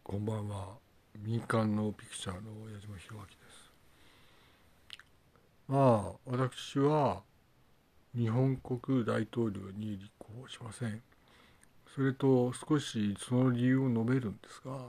こんばんは。民間のピクチャーの矢島弘明です。私は日本国大統領に立候補しません。それと少しその理由を述べるんですが、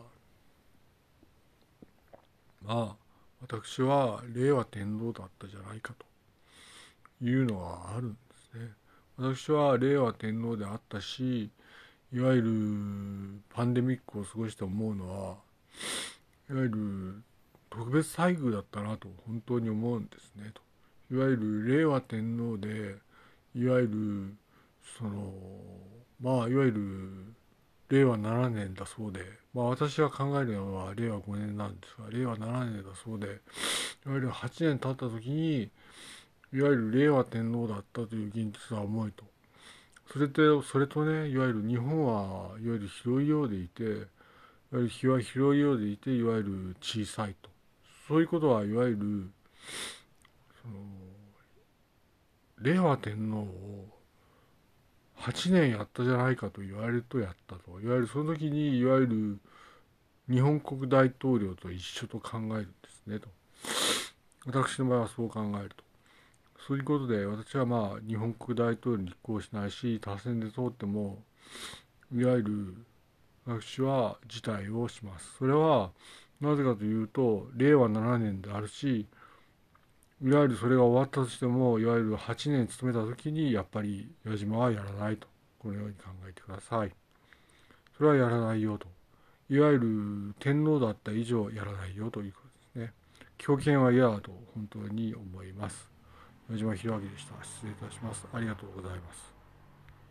私は令和天皇だったじゃないかというのがあるんですね。私は令和天皇であったし、いわゆるパンデミックを過ごして思うのは、いわゆる特別待遇だったなと本当に思うんですねと。いわゆる令和天皇で、いわゆるそのいわゆる令和7年だそうで、私が考えるのは令和5年なんですが、令和7年だそうで、いわゆる8年経った時に、いわゆる令和天皇だったという現実は重いと。それとね、いわゆる日本はいわゆる広いようでいて、いわゆる日は広いようでいて、いわゆる小さいと。そういうことはいわゆるその令和天皇を8年やったじゃないかと言われるとやったと。いわゆるその時にいわゆる日本国大統領と一緒と考えるんですねと。私の場合はそう考えると。そういうことで私は日本国大統領に立候補しないし、多選で通ってもいわゆる私は辞退をします。それはなぜかというと令和7年であるし、いわゆるそれが終わったとしても、いわゆる8年勤めた時にやっぱり矢島はやらないと、このように考えてください。それはやらないよと。いわゆる天皇だった以上やらないよということですね。強権は嫌だと本当に思います。矢島弘明でした。失礼いたします。ありがとうございます。